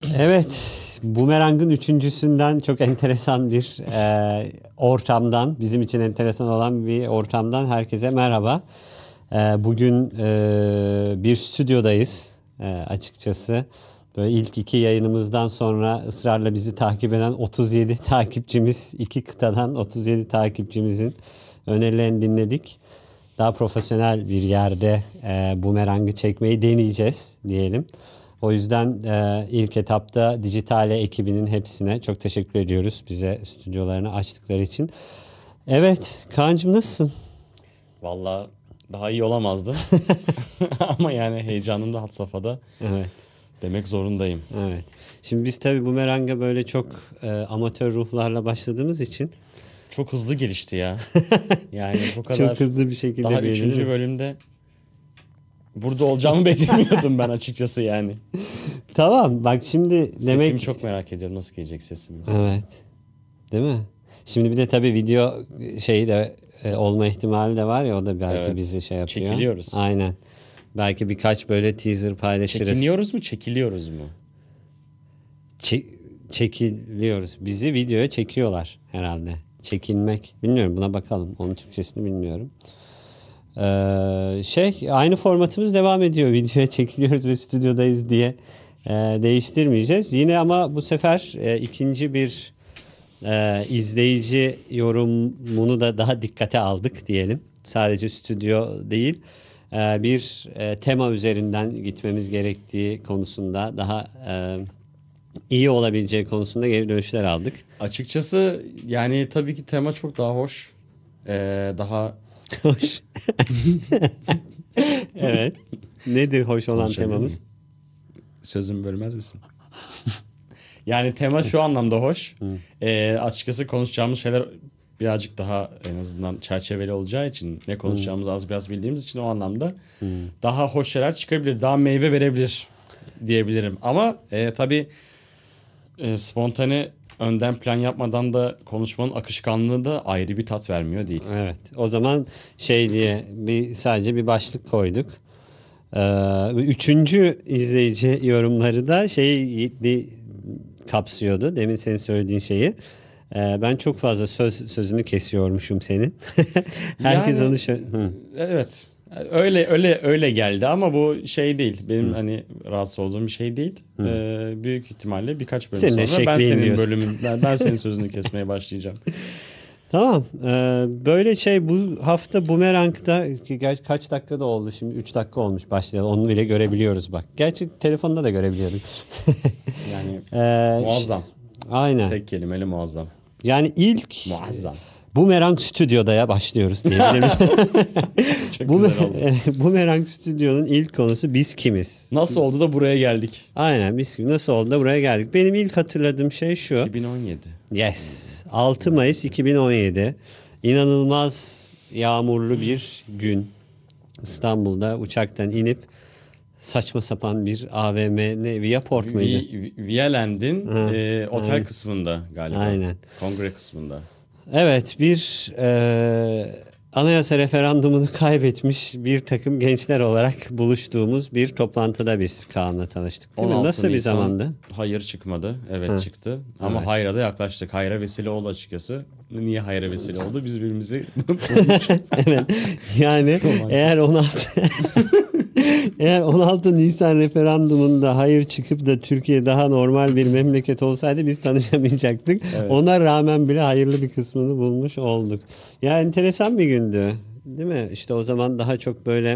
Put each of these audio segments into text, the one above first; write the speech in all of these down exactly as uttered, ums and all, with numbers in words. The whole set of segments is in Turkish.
Evet, Bumerang'ın üçüncüsünden çok enteresan bir e, ortamdan, bizim için enteresan olan bir ortamdan herkese merhaba. E, bugün e, bir stüdyodayız e, açıkçası. Böyle ilk iki yayınımızdan sonra ısrarla bizi takip eden otuz yedi takipçimiz, iki kıtadan otuz yedi takipçimizin önerilerini dinledik. Daha profesyonel bir yerde e, Bumerang'ı çekmeyi deneyeceğiz diyelim. O yüzden e, ilk etapta Dijitale ekibinin hepsine çok teşekkür ediyoruz bize stüdyolarını açtıkları için. Evet, Kaan'cığım nasılsın? Vallahi daha iyi olamazdım. Ama yani heyecanım da had safhada Evet, demek zorundayım. evet. Şimdi biz tabii Bumerang'a böyle çok e, amatör ruhlarla başladığımız için Çok hızlı gelişti ya. Yani bu kadar çok hızlı bir şekilde daha büyüdü, değil üçüncü mi? bölümde burada olacağımı beklemiyordum ben açıkçası yani. Tamam, bak şimdi Sesimi demek... çok merak ediyorum, nasıl gelecek sesimiz. Evet, değil mi? Şimdi bir de tabii video şeyi de e, olma ihtimali de var ya, o da belki Evet. bizi şey yapıyor. Çekiliyoruz. Aynen. Belki birkaç böyle teaser paylaşırız. Çekiniyoruz mu, çekiliyoruz mu? Çe- çekiliyoruz. Bizi videoya çekiyorlar herhalde. Çekilmek. Bilmiyorum, buna bakalım. Onun Türkçesini bilmiyorum. Ee, şey aynı formatımız devam ediyor. Videoya çekiliyoruz ve stüdyodayız diye e, değiştirmeyeceğiz. Yine ama bu sefer e, ikinci bir e, izleyici yorumunu da daha dikkate aldık diyelim. Sadece stüdyo değil, e, bir e, tema üzerinden gitmemiz gerektiği konusunda daha e, iyi olabileceği konusunda geri dönüşler aldık. Açıkçası yani tabii ki tema çok daha hoş. Ee, daha Hoş. Evet. Nedir hoş olan Konuşabilir temamız? miyim? Sözümü bölmez misin? Yani tema şu anlamda hoş. Ee, açıkçası konuşacağımız şeyler birazcık daha en azından çerçeveli olacağı için, ne konuşacağımızı az biraz bildiğimiz için o anlamda daha hoş şeyler çıkabilir. Daha meyve verebilir diyebilirim. Ama e, tabii e, spontane önden plan yapmadan da konuşmanın akışkanlığı da ayrı bir tat vermiyor değil. Evet. O zaman şey diye bir sadece bir başlık koyduk. Ee, üçüncü izleyici yorumları da şeyi di- kapsıyordu. Demin senin söylediğin şeyi. Ee, ben çok fazla söz sözünü kesiyormuşum senin. Herkes Yani onu şö- Hı. evet. Öyle öyle öyle geldi ama bu şey değil. Benim hani rahatsız olduğum bir şey değil. Ee, büyük ihtimalle birkaç bölüm Senin sonra ben eşekliğin senin diyorsun. bölümün ben, ben senin sözünü kesmeye başlayacağım. Tamam. Ee, böyle şey bu hafta Bumerang'da ki ger- kaç dakikada oldu şimdi? üç dakika olmuş başlayalı. Onu bile görebiliyoruz bak. Gerçi telefonda da görebiliyoruz. Yani Ee, muazzam. Aynen. Tek kelimeli muazzam. Yani ilk Muazzam. Bumerang Stüdyo'daya başlıyoruz diyebiliriz. Çok Bu, güzel oldu. Bumerang Stüdyo'nun ilk konusu biz kimiz? Nasıl oldu da buraya geldik? Aynen, biz kimiz? Nasıl oldu da buraya geldik? Benim ilk hatırladığım şey şu. iki bin on yedi. Yes. altı Mayıs iki bin on yedi. İnanılmaz yağmurlu bir gün. İstanbul'da uçaktan inip saçma sapan bir A V M, ne Viaport muydu? Vi- Vialand'in e, otel aynen. kısmında galiba. Aynen. Kongre kısmında. Evet, bir e, anayasa referandumunu kaybetmiş bir takım gençler olarak buluştuğumuz bir toplantıda biz Kaan'la tanıştık. Değil mi? on altı Nasıl bir Nisan zamandı? Hayır çıkmadı. Evet çıktı. Ama Evet. hayra da yaklaştık. Hayra vesile oldu açıkçası. Niye hayra vesile oldu? Biz birbirimizi Evet. Yani eğer on altı eğer on altı Nisan referandumunda hayır çıkıp da Türkiye daha normal bir memleket olsaydı biz tanışamayacaktık. Evet. Ona rağmen bile hayırlı bir kısmını bulmuş olduk. Ya enteresan bir gündü. Değil mi? İşte o zaman daha çok böyle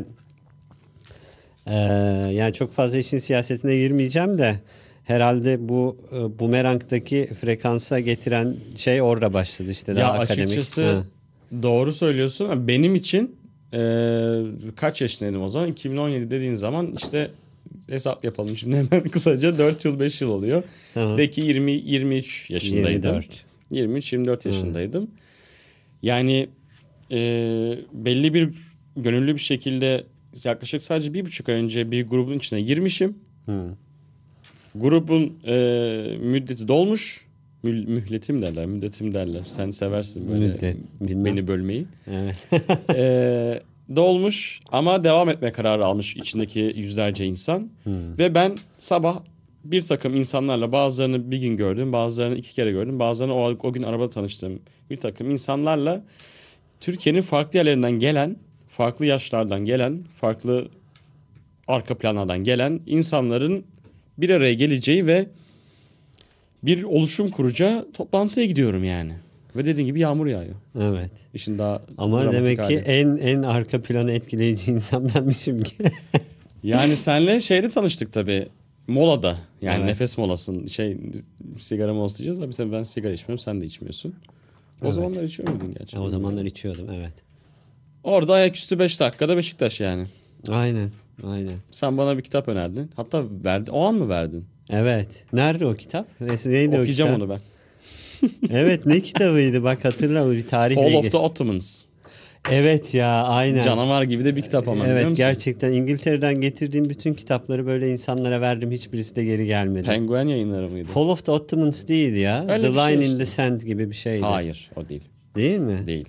Ee, yani çok fazla işin siyasetine girmeyeceğim de herhalde bu e, Bumerang'daki frekansa getiren şey orada başladı işte, ya daha akademik. açıkçası Ha. doğru söylüyorsun. Benim için e, kaç yaşındaydım o zaman? iki bin on yedi dediğin zaman işte hesap yapalım şimdi hemen kısaca dört yıl beş yıl oluyor. Tamam. De ki yirmi yirmi üç yaşındaydım. yirmi dört. yirmi üç yirmi dört yaşındaydım. Yani e, belli bir gönüllü bir şekilde yaklaşık sadece bir buçuk ay önce bir grubun içine girmişim. Hı. Grubun e, müddeti dolmuş. Mül, mühletim derler, müddetim derler. Sen seversin böyle Müddet, bilmem. beni bölmeyi. Evet. e, dolmuş ama devam etme kararı almış içindeki yüzlerce insan. Ve ben sabah bir takım insanlarla bazılarını bir gün gördüm, bazılarını iki kere gördüm, bazılarını o, o gün arabada tanıştığım bir takım insanlarla Türkiye'nin farklı yerlerinden gelen, farklı yaşlardan gelen, farklı arka planlardan gelen insanların bir araya geleceği ve bir oluşum kuracağı toplantıya gidiyorum yani. Ve dediğin gibi yağmur yağıyor. Evet. İşin daha Ama dramatik demek hali. ki en en arka planı etkileyici insan benmişim ki. Yani senle şeyde tanıştık tabii. Molada. Yani Evet. nefes molasın. Şey sigara molası diyeceğiz abi tabii ben sigara içmiyorum sen de içmiyorsun. O Evet. zamanlar içiyor muydun gerçekten? O zamanlar içiyordum, evet. Orada ayaküstü beş dakikada Beşiktaş yani. Aynen. Aynen. Sen bana bir kitap önerdin. Hatta verdin. O an mı verdin? Evet. Nerede o kitap? Neyse, neydi o Okuyacağım kitap? onu ben. Evet, ne kitabıydı bak, hatırla, bir tarihle Fall of ilgili. the Ottomans. Evet ya, aynen. Canavar gibi de bir kitap ama biliyor Evet, musun? gerçekten İngiltere'den getirdiğim bütün kitapları böyle insanlara verdim. Hiçbirisi de geri gelmedi. Penguen yayınları mıydı? Fall of the Ottomans değildi ya. Öyle The bir şey Line in işte. the Sand gibi bir şeydi. Hayır o değil. Değil mi? Değil.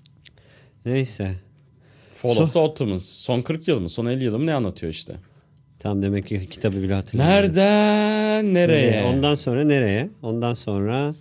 Neyse. Fall So- of the Ottomans. Son kırk yıl mı? Son elli yıl mı? Ne anlatıyor işte? Tam demek ki kitabı bile hatırlamıyorum. Nereden nereye? Nereye? Ondan sonra nereye? Ondan sonra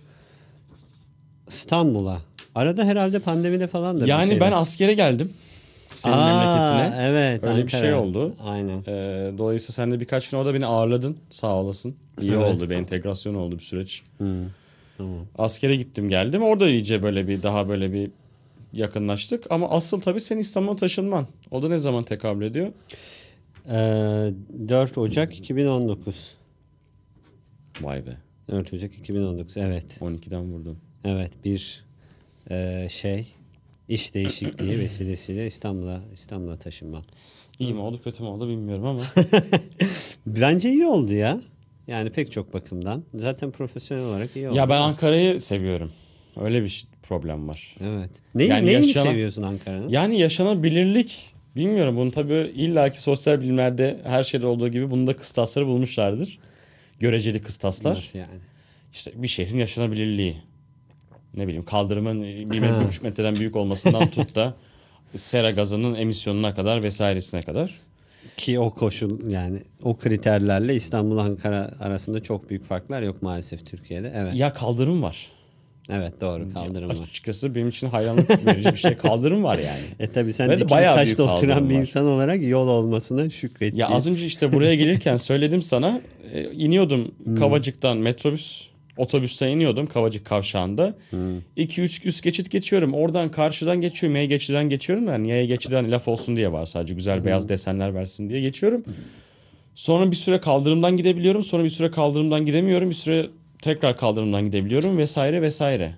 İstanbul'a. Arada herhalde pandemide falan da bir Yani şeyler. ben askere geldim. Senin Aa, memleketine. Evet. Öyle bir Ankara. şey oldu. Aynen. Ee, dolayısıyla sen de birkaç gün orada beni ağırladın. Sağ olasın. İyi Evet. oldu. Bir entegrasyon oldu bir süreç. Tamam. Askere gittim geldim. Orada iyice böyle bir daha böyle bir yakınlaştık. Ama asıl tabii senin İstanbul'a taşınman. O da ne zaman tekabül ediyor? Ee, dört Ocak iki bin on dokuz. Vay be. dört Ocak iki bin on dokuz, evet. on ikiden vurdun. Evet, bir e, şey iş değişikliği vesilesiyle İstanbul'a İstanbul'a taşınmam. İyi mi oldu kötü mü oldu bilmiyorum ama. Bence iyi oldu ya. Yani pek çok bakımdan. Zaten profesyonel olarak iyi oldu. Ya ben Ankara'yı seviyorum. Öyle bir şey- problem var. Evet. Neyi, Yani neyini yaşanan- seviyorsun Ankara'nın? Yani yaşanabilirlik bilmiyorum. Bunu tabii illaki sosyal bilimlerde her şeyde olduğu gibi bunun da kıstasları bulmuşlardır. Göreceli kıstaslar. Nasıl yani? İşte bir şehrin yaşanabilirliği. Ne bileyim kaldırımın bir, Ha. bir buçuk metreden büyük olmasından tut da sera gazının emisyonuna kadar vesairesine kadar. Ki o koşul, yani o kriterlerle İstanbul Ankara arasında çok büyük farklar yok maalesef Türkiye'de. Evet. Ya kaldırım var. Evet, doğru, kaldırım var. Açıkçası benim için hayranlık verici bir şey. Kaldırım var yani. E tabi sen Ve de dikili bayağı taşta büyük oturan kaldırım bir var. insan olarak yol olmasına şükret. Ya ki. az önce işte buraya gelirken söyledim sana. E, iniyordum Kavacık'tan metrobüs otobüsten iniyordum Kavacık kavşağında. iki üç üst geçit geçiyorum. Oradan karşıdan geçiyorum. Y geçiden geçiyorum. Yani Y geçiden laf olsun diye var sadece. Güzel beyaz desenler versin diye geçiyorum. Sonra bir süre kaldırımdan gidebiliyorum. Sonra bir süre kaldırımdan gidemiyorum. Bir süre tekrar kaldırımdan gidebiliyorum vesaire vesaire.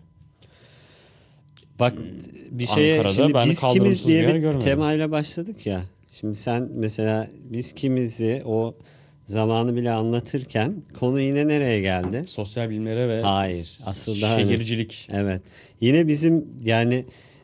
Bak bir şeye Ankara'da şimdi ben biz kaldırımsız kimiz diye bir yer bir görmedim. temayla başladık ya. Şimdi sen mesela biz kimizi o zamanı bile anlatırken konu yine nereye geldi? Sosyal bilimlere ve Hayır, s- asıl daha önemli. şehircilik. Evet. Yine bizim yani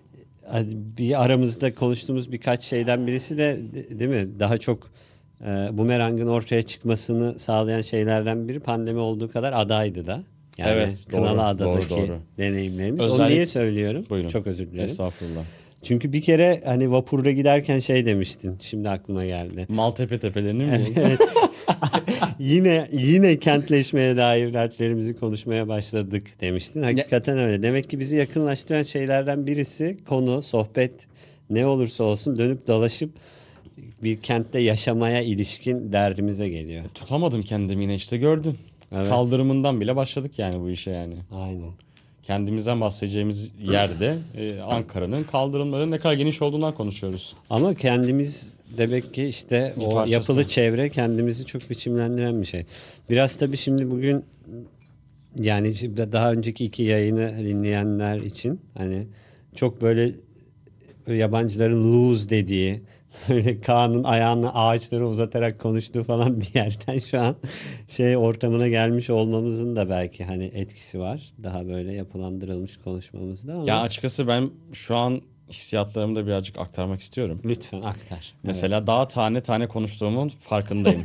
bir aramızda konuştuğumuz birkaç şeyden birisi de değil mi? Daha çok e, bumerangın ortaya çıkmasını sağlayan şeylerden biri pandemi olduğu kadar adaydı da. Yani Evet, doğru, Kınalı Adadaki doğru, doğru. deneyimlerimiz. Onu Özellikle- niye söylüyorum? Buyurun. Çok özür dilerim. Estağfurullah. Çünkü bir kere hani vapurda giderken şey demiştin. Şimdi aklıma geldi. Maltepe tepelerini mi diyorsun? Evet. yine yine kentleşmeye dair dertlerimizi konuşmaya başladık demiştin. Hakikaten öyle. Demek ki bizi yakınlaştıran şeylerden birisi konu, sohbet ne olursa olsun dönüp dolaşıp bir kentte yaşamaya ilişkin derdimize geliyor. Tutamadım kendimi yine işte gördün. Evet. Kaldırımından bile başladık yani bu işe yani. Aynen. Kendimizden bahsedeceğimiz yerde e, Ankara'nın kaldırımlarının ne kadar geniş olduğundan konuşuyoruz. Ama kendimiz demek ki işte Bir o parçası. yapılı çevre kendimizi çok biçimlendiren bir şey. Biraz tabii şimdi bugün yani şimdi daha önceki iki yayını dinleyenler için hani çok böyle yabancıların lose dediği böyle Kaan'ın ayağını ağaçlara uzatarak konuştuğu falan bir yerden şu an şey ortamına gelmiş olmamızın da belki hani etkisi var. Daha böyle yapılandırılmış konuşmamızda ama Ya açıkçası ben şu an hissiyatlarımı da birazcık aktarmak istiyorum. lütfen aktar. Mesela daha tane tane konuştuğumun farkındayım.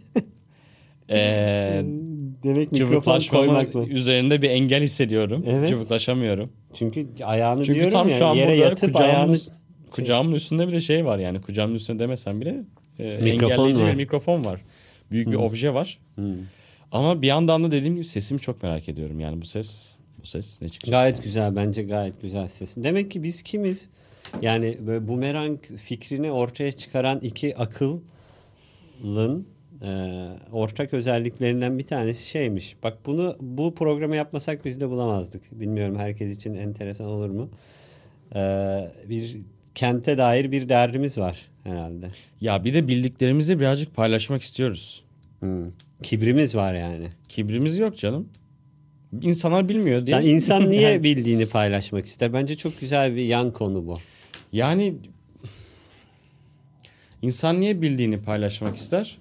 Eee Demek mikrofon cıvıklaşmamın koymakla. üzerinde bir engel hissediyorum. Evet. Cıvıklaşamıyorum. Çünkü ayağını Çünkü diyorum tam ya şu an yere burada yatıp ayağını kucağımın, kucağımın üstünde bir de şey var yani. Kucağımın üstünde demesem bile e, Mikrofon engelleyici var. bir mikrofon var. Büyük bir obje var. Ama bir yandan da dediğim gibi sesimi çok merak ediyorum. Yani bu ses bu ses ne çıkacak? Gayet güzel, bence gayet güzel sesin. Demek ki biz kimiz? Yani böyle bumerang fikrini ortaya çıkaran iki akıllın e, ortak özelliklerinden bir tanesi şeymiş. Bak, bunu bu programı yapmasak biz de bulamazdık. Bilmiyorum, herkes için enteresan olur mu? E, bir kente dair bir derdimiz var herhalde. Ya bir de bildiklerimizi birazcık paylaşmak istiyoruz. Hmm. Kibrimiz var yani. Kibrimiz yok canım. İnsanlar bilmiyor diye. Yani insan niye Yani- bildiğini paylaşmak ister? Bence çok güzel bir yan konu bu. Yani insan niye bildiğini paylaşmak ister?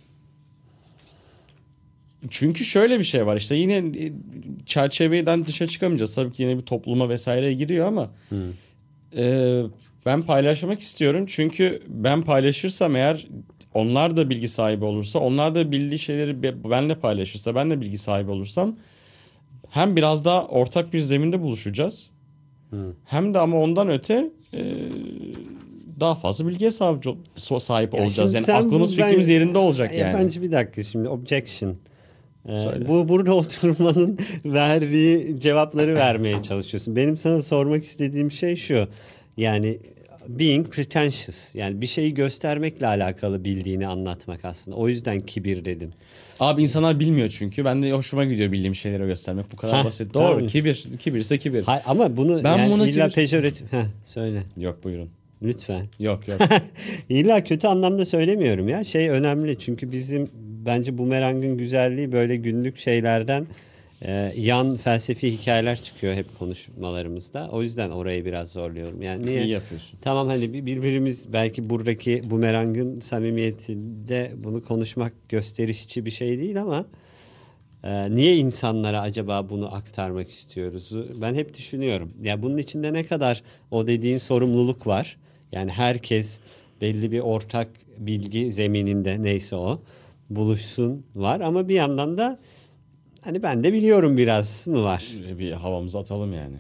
Çünkü şöyle bir şey var, işte yine e, çerçeveden dışa çıkamayacağız. Tabii ki yine bir topluma vesaireye giriyor ama e, ben paylaşmak istiyorum. Çünkü ben paylaşırsam eğer, onlar da bilgi sahibi olursa, onlar da bildiği şeyleri be- benle paylaşırsa, ben de bilgi sahibi olursam, hem biraz daha ortak bir zeminde buluşacağız. Hem de ama ondan öte e, daha fazla bilgiye sahip, sahip Ya olacağız. şimdi Yani sen aklımız bu- fikrimiz ben- yerinde olacak Ya yani. Bence bir dakika, şimdi objection. Ee, Söyle. bu burada oturmanın verdiği cevapları vermeye çalışıyorsun. Benim sana sormak istediğim şey şu. Yani being pretentious. Yani bir şeyi göstermekle alakalı bildiğini anlatmak aslında. O yüzden kibir dedim. Abi insanlar bilmiyor çünkü. Ben de hoşuma gidiyor bildiğim şeyleri göstermek. Bu kadar Heh, basit. Doğru. tamam. Kibir. Kibirse kibir. Hay, ama bunu Ben yani bunu illa kibir- pejoratif. Heh, söyle Yok buyurun. lütfen. Yok yok. İlla kötü anlamda söylemiyorum ya. Şey önemli, çünkü bizim bence bumerangın güzelliği böyle günlük şeylerden e, yan felsefi hikayeler çıkıyor hep konuşmalarımızda. O yüzden orayı biraz zorluyorum. Yani niye? İyi yapıyorsun. Tamam, hani bir- birbirimiz belki buradaki bumerangın samimiyetinde bunu konuşmak gösterişçi bir şey değil ama e, niye insanlara acaba bunu aktarmak istiyoruz? Ben hep düşünüyorum. Ya bunun içinde ne kadar o dediğin sorumluluk var. Yani herkes belli bir ortak bilgi zemininde, neyse o, buluşsun var, ama bir yandan da hani ben de biliyorum biraz mı var? Böyle bir havamızı atalım yani.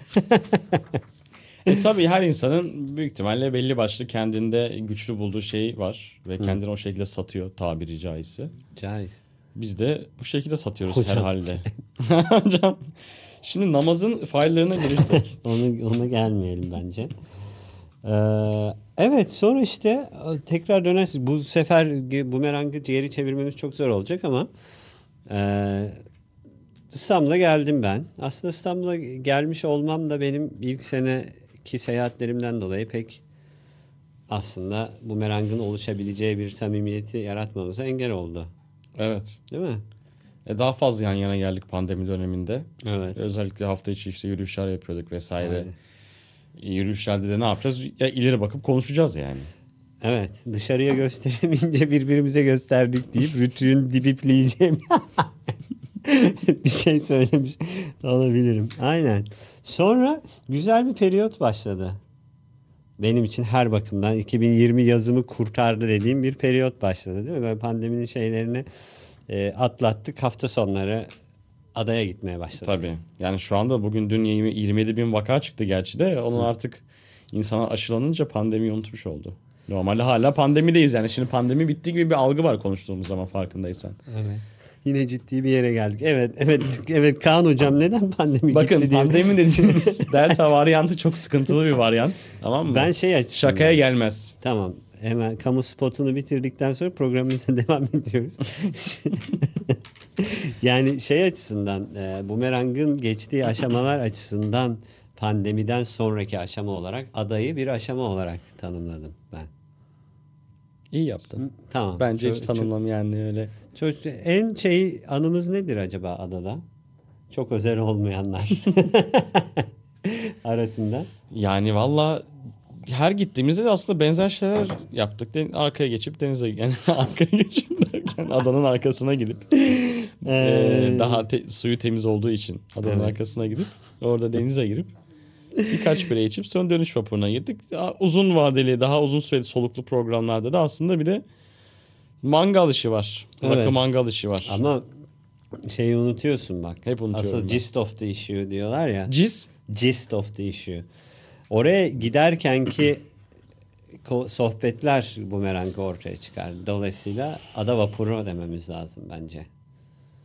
E tabii her insanın büyük ihtimalle belli başlı kendinde güçlü bulduğu şey var. Ve kendini o şekilde satıyor tabiri caizse. Caiz. Biz de bu şekilde satıyoruz Hocam. herhalde. Hocam. Şimdi namazın faillerine gelirsek. Onu, ona gelmeyelim bence. Ee, evet, sonra işte e, tekrar dönersin. Bu sefer ge- bumerangı geri çevirmemiz çok zor olacak ama e, İstanbul'a geldim ben. Aslında İstanbul'a gelmiş olmam da benim ilk seneki seyahatlerimden dolayı pek aslında bumerangın oluşabileceği bir samimiyeti yaratmamıza engel oldu. Evet. Değil mi? E daha fazla yan yana geldik pandemi döneminde. Evet. Özellikle hafta içi işte yürüyüşler yapıyorduk vesaire. Aynen. Yürüyüşlerde de ne yapacağız? Ya ileri bakıp konuşacağız yani. Evet, dışarıya gösteremeyince birbirimize gösterdik deyip rütüğün dibipleyeceğim bir şey söylemiş olabilirim. Aynen. Sonra güzel bir periyot başladı. Benim için her bakımdan iki bin yirmi yazımı kurtardı dediğim bir periyot başladı, değil mi? Böyle pandeminin şeylerini e, atlattık. Hafta sonları adaya gitmeye başladık. Tabii. Yani şu anda bugün dün yirmi yirmi yedi bin vaka çıktı gerçi de. Onun artık insana aşılanınca pandemiyi unutmuş oldu. Normalde hala pandemideyiz yani. Şimdi pandemi bitti gibi bir algı var konuştuğumuz zaman, farkındaysan. Evet. Yine ciddi bir yere geldik. Evet, evet, evet. Kaan hocam, neden pandemi Bakın gitti diye. pandemi dediğimiz delta varyantı çok sıkıntılı bir varyant. Tamam mı? Ben şey açısından. Şakaya gelmez. Tamam. Hemen kamu spotunu bitirdikten sonra programımıza devam ediyoruz. Yani şey açısından, e, bumerangın geçtiği aşamalar açısından pandemiden sonraki aşama olarak adayı bir aşama olarak tanımladım ben. İyi yaptın. Tamam. Bence hiç Çok- tanımlam yani öyle. Çok, çok- en şey anımız nedir acaba adada? Çok özel olmayanlar arasında. Yani valla her gittiğimizde de aslında benzer şeyler yaptık. Den- arkaya geçip denize, yani arkaya geçip derken adanın arkasına gidip eee, daha te- suyu temiz olduğu için adanın Evet. arkasına gidip orada denize girip birkaç bira içip sonra dönüş vapuruna girdik. Daha uzun vadeli, daha uzun süreli soluklu programlarda da aslında bir de mangal işi var. Rakı Evet. mangal işi var. Ama şeyi unutuyorsun bak. Hep unutuyorum Asıl ben. gist of the issue diyorlar ya. Cis Gist of the issue. Oraya giderken ki ko- sohbetler bumerangı ortaya çıkar. Dolayısıyla ada vapuru dememiz lazım bence.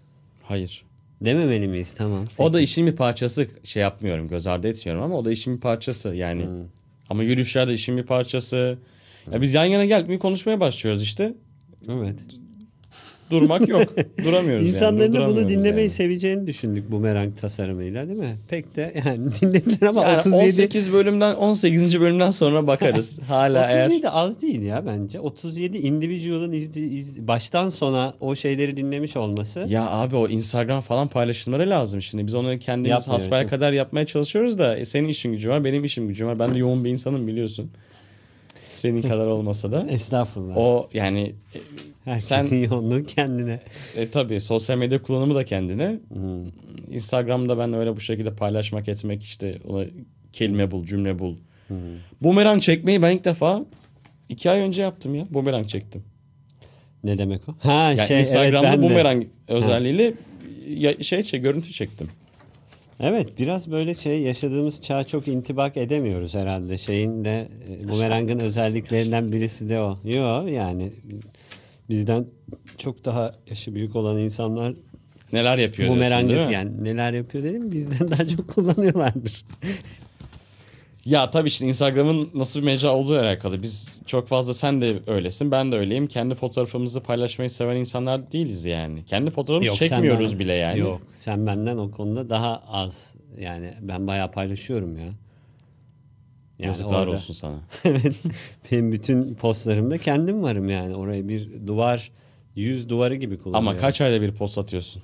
Hayır. Dememeli miyiz? Tamam. O da işin bir parçası, şey yapmıyorum, göz ardı etmiyorum ama o da işin bir parçası yani. Hmm. Ama yürüyüşler de işin bir parçası. Ya biz yan yana geldik mi konuşmaya başlıyoruz işte. Evet. Durmak yok. Duramıyoruz İnsanların yani. da bunu durduramıyoruz dinlemeyi yani. seveceğini düşündük bumerang tasarımıyla, değil mi? Pek de yani dinlediler ama Yani otuz yedi on sekiz bölümden on sekizinci bölümden sonra bakarız. Hala otuz yedi eğer az değil ya bence. otuz yedi individual'ın izdi, iz- baştan sona o şeyleri dinlemiş olması. ya abi o Instagram falan paylaşımları lazım şimdi. Biz onu kendimiz Yapmıyoruz, hasbel değil mi? kadar yapmaya çalışıyoruz da e, senin işin gücün var, benim işim gücüm var. Ben de yoğun bir insanım biliyorsun. Senin kadar olmasa da. Estağfurullah. O yani e, Herkesin sen yoğunluğu kendine. e, tabii sosyal medya kullanımı da kendine. Hmm. Instagram'da ben öyle bu şekilde paylaşmak etmek işte ona kelime bul, cümle bul. Hmm. Bumerang çekmeyi ben ilk defa iki ay önce yaptım ya. Bumerang çektim. Ne demek o? Ha Yani şey Instagram'da evet ben de. bumerang özelliğiyle ya, şey şey görüntü çektim. Evet biraz böyle şey yaşadığımız çağa çok intibak edemiyoruz herhalde. Şeyin de e, bumerangın özelliklerinden birisi de o. Yo yani bizden çok daha yaşı büyük olan insanlar Neler yapıyor diyorsun, bumerangı değil mi? yani neler yapıyor dedim bizden daha çok kullanıyorlardır. Ya tabii işte Instagram'ın nasıl bir mecra olduğu alakalı. Biz çok fazla sen de öylesin, ben de öyleyim. Kendi fotoğrafımızı paylaşmayı seven insanlar değiliz yani. Kendi fotoğrafımızı Yok, sen çekmiyoruz benden- bile yani. Yok sen benden o konuda daha az yani ben bayağı paylaşıyorum ya. Yani Yazıklar orada- olsun sana. Evet. Benim bütün postlarımda kendim varım yani. Oraya bir duvar, yüz duvarı gibi kullanıyorum. Ama kaç ayda bir post atıyorsun?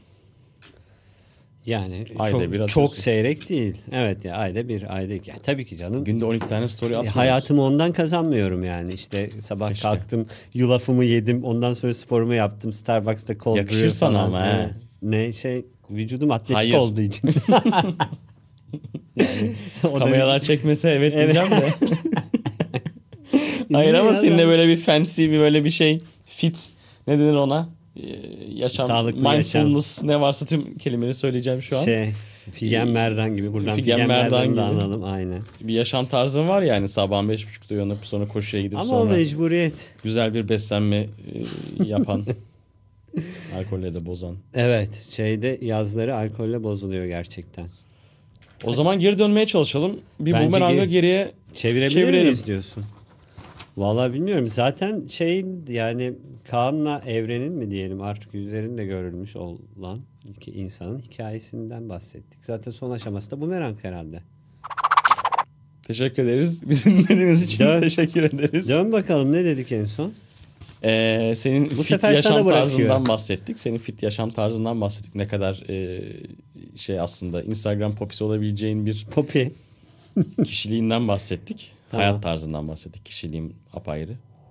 Yani Ayda çok, bir atıyorsun. çok seyrek değil. Evet ya ayda bir, ayda iki. Ya, tabii ki canım. Günde on iki tane story E, atmıyorsun. hayatımı ondan kazanmıyorum yani. İşte sabah Keşke. kalktım, yulafımı yedim, ondan sonra sporumu yaptım. Starbucks'ta cold Yakışır brew sana falan. ama he. Evet. Ne şey vücudum atletik Hayır. olduğu için. Yani o da Kameralar çekmese evet, Evet. diyeceğim de. Hayır İyi ama ya, senin de ben- böyle bir fancy bir böyle bir şey fit ne denir ona? Ee, yaşam, Sağlıklı mindfulness ne varsa tüm kelimeleri söyleyeceğim şu an. Şey, Figen Merdan gibi. Buradan Figen Figen, Merdan Merdan'ı da gibi. analım. Aynen. Bir yaşam tarzın var yani sabahın beş buçukta uyanıp sonra koşuya gidip Ama o sonra mecburiyet. güzel bir beslenme e, yapan alkolle de bozan. Evet. Şeyde yazları alkolle bozuluyor gerçekten. O zaman geri dönmeye çalışalım. Bir Bence bumerangı geri- geriye Çevirebilir Çevirelim. miyiz diyorsun? Vallahi bilmiyorum. Zaten şey yani Kaan'la Evren'in mi diyelim artık yüzlerinde görülmüş olan iki insanın hikayesinden bahsettik. Zaten son aşaması da bumerang herhalde. teşekkür ederiz. Bizi dinlediğiniz için Dön. teşekkür ederiz. Dön bakalım ne dedik en son? Ee, senin Bu fit sefer sana yaşam bırakıyorum. tarzından bahsettik. Senin fit yaşam tarzından bahsettik. Ne kadar e, şey aslında Instagram popisi olabileceğin bir Poppy. kişiliğinden bahsettik. Tamam. Hayat tarzından bahsettik. Kişiliğim apayrı.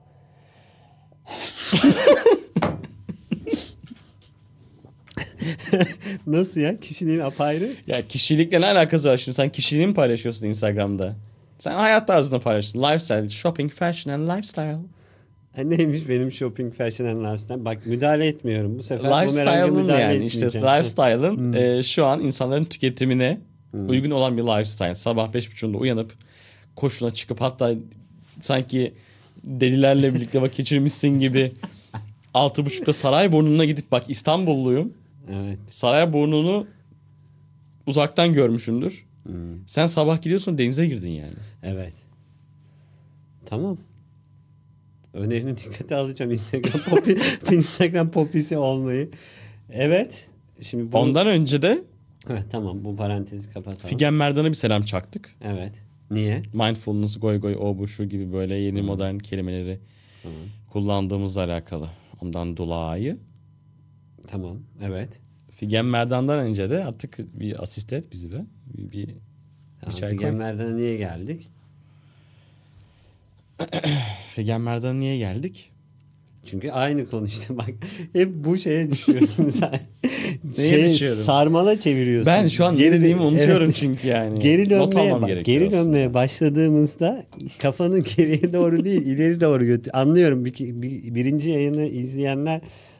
Nasıl ya? Kişiliğin apayrı. Ya kişilikle ne alakası var şimdi? Sen kişiliğini mi paylaşıyorsun Instagram'da? Sen hayat tarzını paylaşıyorsun. Lifestyle, shopping, fashion and lifestyle. Ha, neymiş benim shopping fashion and lifestyle? Bak müdahale etmiyorum. Bu sefer bumerang'a Lifestyle'ın müdahale yani işte etmeyeceğim. lifestyle'ın e, şu an insanların tüketimine uygun olan bir lifestyle. Sabah beş buçuğunda uyanıp koşuna çıkıp hatta sanki delilerle birlikte vakit geçirmişsin gibi altı buçukta Sarayburnu'na gidip bak İstanbulluyum. Evet. Sarayburnu'nu uzaktan görmüşsündür. Sen sabah gidiyorsun denize girdin yani. Evet. Tamam. Önerini dikkate alacağım Instagram popi, Instagram popisi olmayı. Evet. Şimdi bu... Ondan önce de Evet, tamam bu parantezi kapatalım. Figen Merdan'a bir selam çaktık. Evet. Niye? Mindfulness, goy goy, o bu şu gibi böyle yeni modern kelimeleri kullandığımızla alakalı. Ondan dolayı Tamam. Evet. Figen Merdan'dan önce de artık bir asist et bizi be. Bir, bir, bir Tamam, çay koy. Figen Merdan'a niye geldik? Figen Merdan'a niye geldik? Çünkü aynı konu işte bak. Hep bu şeye düşüyorsun sen. Neye şey, düşüyorum? Sarmala çeviriyorsun. Ben şu an Geri- ne dediğimi unutuyorum Evet. çünkü yani. Geri Not dönmeye, almam bak, gerekiyor geri aslında. dönmeye başladığımızda kafanı geriye doğru değil ileri doğru götür. Anlıyorum bir, bir, birinci yayını izleyenler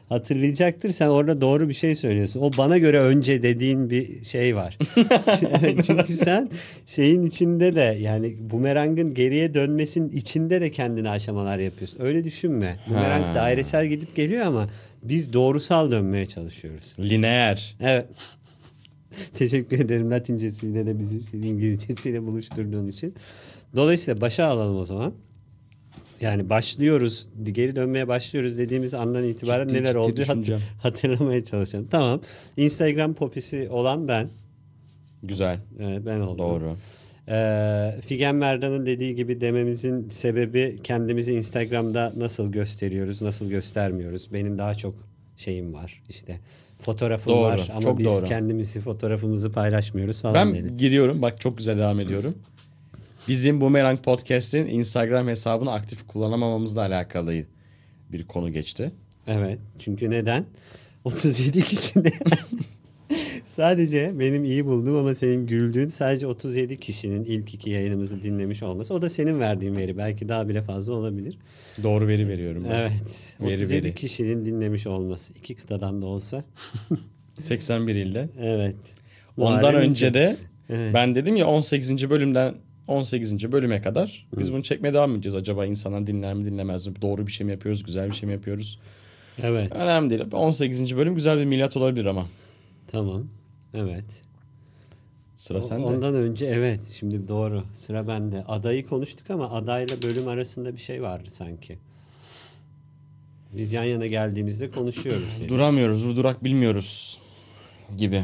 hatırlayacaktır. Sen orada doğru bir şey söylüyorsun. O bana göre önce dediğin bir şey var. Çünkü sen şeyin içinde de yani bumerangın geriye dönmesinin içinde de kendine aşamalar yapıyorsun. Öyle düşünme. Bumerang Ha. dairesel gidip geliyor ama biz doğrusal dönmeye çalışıyoruz. Lineer. Evet. Teşekkür ederim Latincesiyle de bizi şey, İngilizcesiyle buluşturduğun için. Dolayısıyla başa alalım o zaman. Yani başlıyoruz, geri dönmeye başlıyoruz dediğimiz andan itibaren Ciddi neler ciddi olduğu hat- düşüneceğim. hatırlamaya çalışalım. Tamam. Instagram popisi olan ben. Güzel. Evet, ben oldum. Doğru. Ee, Figen Merdan'ın dediği gibi dememizin sebebi kendimizi Instagram'da nasıl gösteriyoruz, nasıl göstermiyoruz. Benim daha çok şeyim var işte. Fotoğrafım Doğru, var ama çok biz doğru. kendimizi fotoğrafımızı paylaşmıyoruz falan Ben dedi. giriyorum. Bak çok güzel devam ediyorum. Bizim Boomerang Podcast'in Instagram hesabını aktif kullanamamamızla alakalı bir konu geçti. Evet. Çünkü neden? otuz yedi kişinin sadece benim iyi bulduğum ama senin güldüğün sadece otuz yedi kişinin ilk iki yayınımızı dinlemiş olması. O da senin verdiğin veri. Belki daha bile fazla olabilir. Doğru veri veriyorum ben. Evet. Veri, otuz yedi veri. kişinin dinlemiş olması. İki kıtadan da olsa. seksen bir ilde. Evet. Ondan Muharrem önce İnce. de Evet. ben dedim ya on sekizinci bölümden on sekizinci bölüme kadar biz bunu çekmeye devam edeceğiz. Acaba insanlar dinler mi dinlemez mi? Doğru bir şey mi yapıyoruz? Güzel bir şey mi yapıyoruz? Evet. Önemli değil. on sekizinci bölüm güzel bir milat olabilir ama. Tamam. Evet. Sıra O- sende. Ondan önce evet. Şimdi doğru. Sıra bende. Adayı konuştuk ama adayla bölüm arasında bir şey vardı sanki. Biz yan yana geldiğimizde konuşuyoruz dedik. Duramıyoruz, durdurak bilmiyoruz gibi.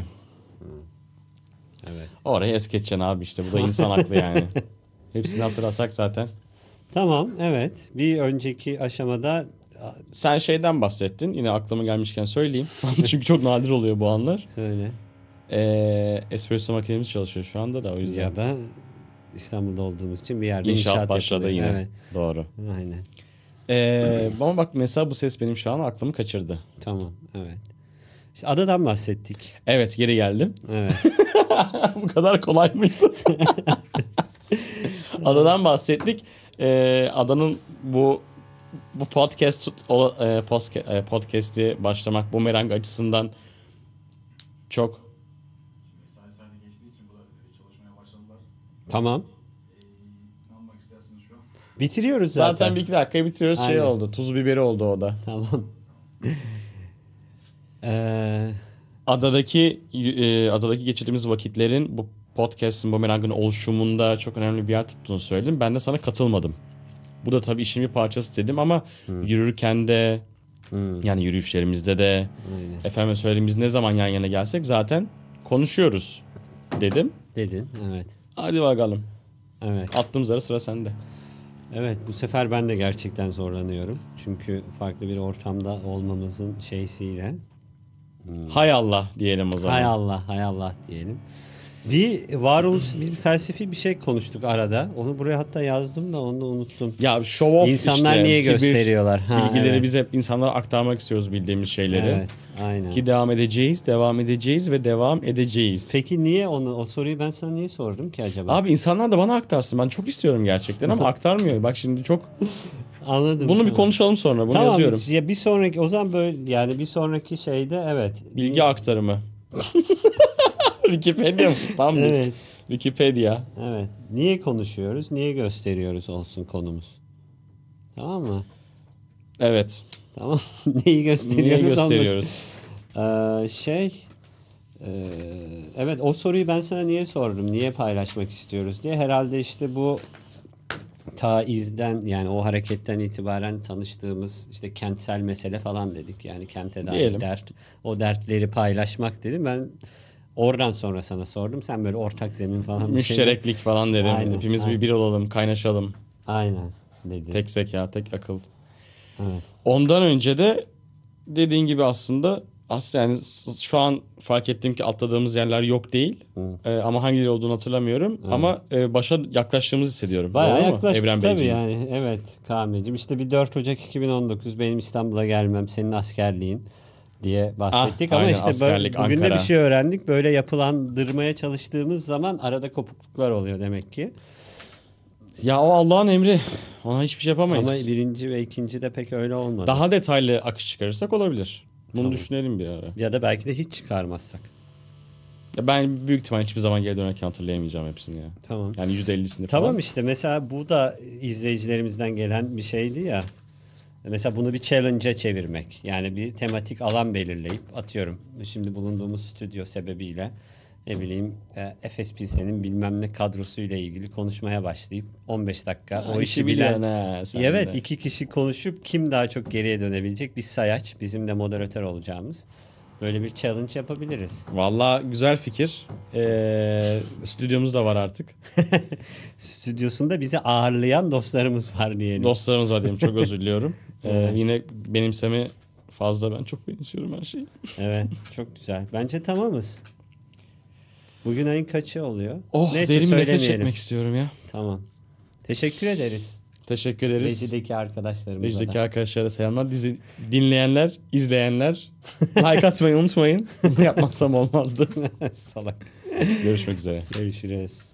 Evet. Orayı es geçeceksin abi işte. Bu da insan aklı yani. Hepsini hatırlasak zaten. Tamam, evet. Bir önceki aşamada Sen şeyden bahsettin. Yine aklıma gelmişken söyleyeyim. Çünkü çok nadir oluyor bu anlar. söyle Ee, espresso makinemiz çalışıyor şu anda da o yüzden. ya da İstanbul'da olduğumuz için bir yerde İnşaat, inşaat başladı yapılıyor. yine. Evet, Doğru. aynen. Ee, ama bak mesela bu ses benim şu an aklımı kaçırdı. Tamam, evet. İşte adadan bahsettik. Evet geri geldim. Evet. Bu kadar kolay mıydı? Adadan bahsettik. Ee, adanın bu bu podcast o, e, poske- e, podcast'i başlamak bumerang açısından çok Mesai saati geçtiği için burada çalışmaya başladılar. Tamam. Ee, ne yapmak istersiniz şu an? Bitiriyoruz zaten. zaten bir iki dakikaya bitiriyoruz şey Aynen. oldu. Tuz biberi oldu o da. Tamam. Ee, Adadaki e, adadaki geçirdiğimiz vakitlerin bu podcast'in bumerangın oluşumunda çok önemli bir yer tuttuğunu söyledim. Ben de sana katılmadım. Bu da tabii işin bir parçası dedim ama yürürken de yani yürüyüşlerimizde de Aynen. efendim söyleyeyim biz ne zaman yan yana gelsek zaten konuşuyoruz dedim. dedin, evet. Hadi bakalım. Evet. Attığım zarı sıra sende. Evet, bu sefer ben de gerçekten zorlanıyorum. Çünkü farklı bir ortamda olmamızın şeysiyle. Hay Allah diyelim o zaman. Hay Allah, hay Allah diyelim. Bir varoluş, bir felsefi bir şey konuştuk arada. Onu buraya hatta yazdım da onu da unuttum. Ya show off İnsanlar işte. niye Kibir, gösteriyorlar? Ha, bilgileri evet. biz hep insanlara aktarmak istiyoruz bildiğimiz şeyleri. Evet, aynen. Ki devam edeceğiz, devam edeceğiz ve devam edeceğiz. Peki niye onu, o soruyu ben sana niye sordum ki acaba? Abi insanlar da bana aktarsın. Ben çok istiyorum gerçekten ama aktarmıyor. Bak şimdi çok... Anladım. Bunu bir tamam. konuşalım sonra. Bunu Tamam, yazıyorum. ya bir sonraki o zaman böyle yani bir sonraki şeyde evet. Bilgi aktarımı. Wikipedia mı? Tam biz. Evet. Wikipedia. Evet. Niye konuşuyoruz? Niye gösteriyoruz olsun konumuz. Tamam mı? Evet. Tamam. Neyi gösteriyoruz? Niye olmasın. gösteriyoruz? Ee, şey e, evet o soruyu ben sana niye sordum? Niye paylaşmak istiyoruz diye. Herhalde işte bu ta izden yani o hareketten itibaren tanıştığımız işte kentsel mesele falan dedik. Yani kente dair Diyelim. dert. O dertleri paylaşmak dedim. Ben oradan sonra sana sordum. Sen böyle ortak zemin falan bir şeyler- Müştereklik falan dedim. Aynen, Hepimiz aynen. bir bir olalım, kaynaşalım. Aynen dedi. Tek zeka, tek akıl. Evet. Ondan önce de dediğin gibi aslında aslında yani s- şu an fark ettiğim ki atladığımız yerler yok değil. Ee, ama hangileri olduğunu hatırlamıyorum. Ama e, başa yaklaştığımızı hissediyorum. Bayağı Doğru mu? yaklaştık Evren tabii Beyciğim. yani. Evet Kaan'cığım. İşte bir dört Ocak iki bin on dokuz benim İstanbul'a gelmem, senin askerliğin diye bahsettik. Ah, Ama aynen, işte böyle, askerlik, bugün de Ankara. bir şey öğrendik. Böyle yapılandırmaya çalıştığımız zaman arada kopukluklar oluyor demek ki. Ya o Allah'ın emri. Ona hiçbir şey yapamayız. Ama birinci ve ikinci de pek öyle olmadı. Daha detaylı akış çıkarırsak olabilir. Bunu Tamam. düşünelim bir ara. Ya da belki de hiç çıkarmazsak. Ya ben büyük ihtimal hiçbir zaman geri dönerken hatırlayamayacağım hepsini ya. Tamam. Yani yüzde ellisini falan. Tamam işte mesela bu da izleyicilerimizden gelen bir şeydi ya. Mesela bunu bir challenge'a çevirmek. Yani bir tematik alan belirleyip atıyorum. Şimdi bulunduğumuz stüdyo sebebiyle ne bileyim e, Efes Pilsen'in bilmem ne kadrosuyla ilgili konuşmaya başlayıp on beş dakika o Ha, işi işi bilen biliyorsun ha, sen evet de. iki kişi konuşup kim daha çok geriye dönebilecek bir sayaç bizim de moderatör olacağımız böyle bir challenge yapabiliriz. Vallahi güzel fikir. Ee, stüdyomuz da var artık. Stüdyosunda bizi ağırlayan dostlarımız var diyelim. Dostlarımız var diyeyim. Çok özür diliyorum. Ee, yine benimseme fazla, ben çok benimsiyorum her şeyi. Evet, çok güzel. Bence tamamız. Bugün ayın kaçı oluyor? Oh, Neyse, derin bir nefes söylemeyelim. çekmek istiyorum ya. Tamam. Teşekkür ederiz. Teşekkür ederiz. Rejideki arkadaşlarımıza Rejideki da. arkadaşlara selamlar. Dizi, dinleyenler, izleyenler like atmayı unutmayın. Bunu yapmazsam olmazdı. Salak. Görüşmek üzere. Görüşürüz.